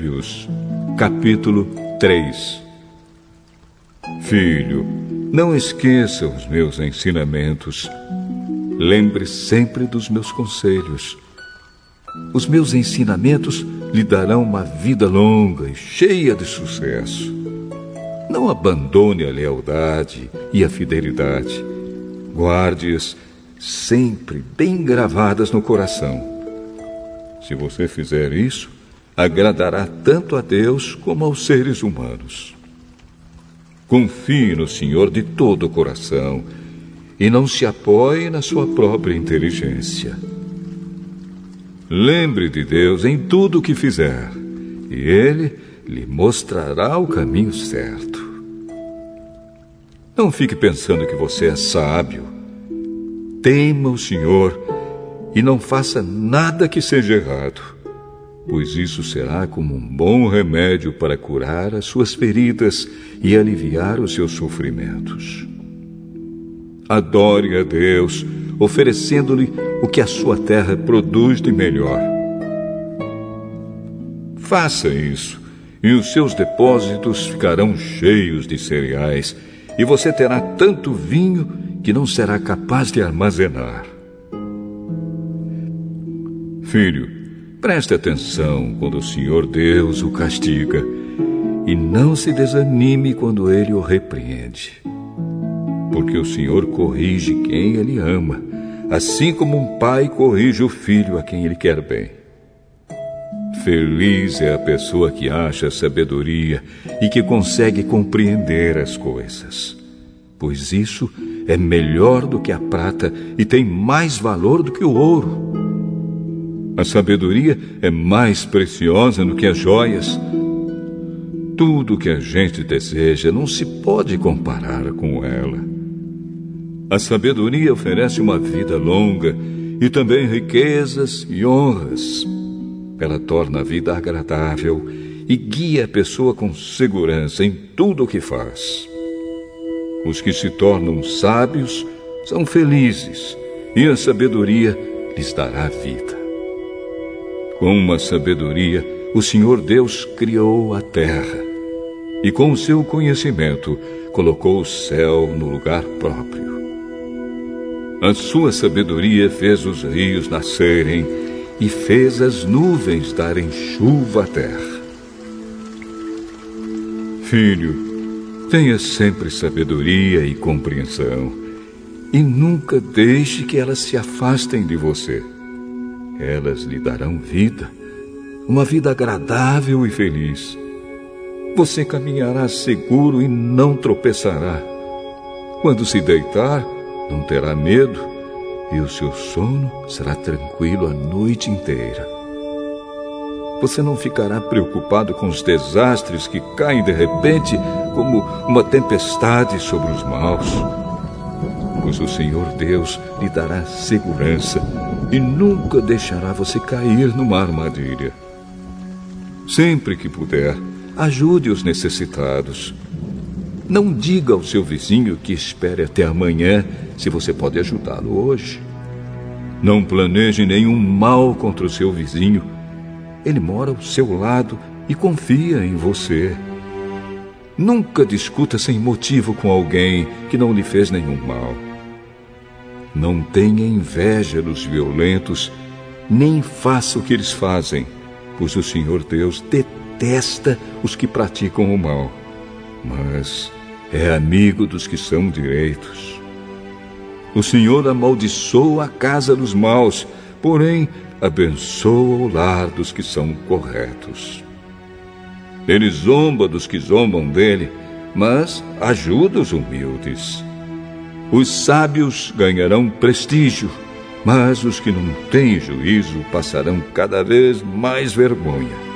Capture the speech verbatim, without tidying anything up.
Provérbios, capítulo três. Filho, não esqueça os meus ensinamentos. Lembre sempre dos meus conselhos. Os meus ensinamentos lhe darão uma vida longa e cheia de sucesso. Não abandone a lealdade e a fidelidade. Guarde-as sempre bem gravadas no coração. Se você fizer isso, agradará tanto a Deus como aos seres humanos. Confie no Senhor de todo o coração e não se apoie na sua própria inteligência. Lembre de Deus em tudo o que fizer, e Ele lhe mostrará o caminho certo. Não fique pensando que você é sábio. Tema o Senhor e não faça nada que seja errado, pois isso será como um bom remédio para curar as suas feridas e aliviar os seus sofrimentos. Adore a Deus, oferecendo-lhe o que a sua terra produz de melhor. Faça isso, e os seus depósitos ficarão cheios de cereais, e você terá tanto vinho que não será capaz de armazenar. Filho, preste atenção quando o Senhor Deus o castiga, e não se desanime quando Ele o repreende. Porque o Senhor corrige quem Ele ama, assim como um pai corrige o filho a quem Ele quer bem. Feliz é a pessoa que acha sabedoria e que consegue compreender as coisas, pois isso é melhor do que a prata e tem mais valor do que o ouro. A sabedoria é mais preciosa do que as joias. Tudo que a gente deseja não se pode comparar com ela. A sabedoria oferece uma vida longa e também riquezas e honras. Ela torna a vida agradável e guia a pessoa com segurança em tudo o que faz. Os que se tornam sábios são felizes, e a sabedoria lhes dará vida. Com a sabedoria, o Senhor Deus criou a terra, e com o seu conhecimento colocou o céu no lugar próprio. A sua sabedoria fez os rios nascerem e fez as nuvens darem chuva à terra. Filho, tenha sempre sabedoria e compreensão, e nunca deixe que elas se afastem de você. Elas lhe darão vida, uma vida agradável e feliz. Você caminhará seguro e não tropeçará. Quando se deitar, não terá medo, e o seu sono será tranquilo a noite inteira. Você não ficará preocupado com os desastres que caem de repente como uma tempestade sobre os maus, pois o Senhor Deus lhe dará segurança e nunca deixará você cair numa armadilha. Sempre que puder, ajude os necessitados. Não diga ao seu vizinho que espere até amanhã, se você pode ajudá-lo hoje. Não planeje nenhum mal contra o seu vizinho. Ele mora ao seu lado e confia em você. Nunca discuta sem motivo com alguém que não lhe fez nenhum mal. Não tenha inveja dos violentos, nem faça o que eles fazem, pois o Senhor Deus detesta os que praticam o mal, mas é amigo dos que são direitos. O Senhor amaldiçoa a casa dos maus, porém abençoa o lar dos que são corretos. Ele zomba dos que zombam dele, mas ajuda os humildes. Os sábios ganharão prestígio, mas os que não têm juízo passarão cada vez mais vergonha.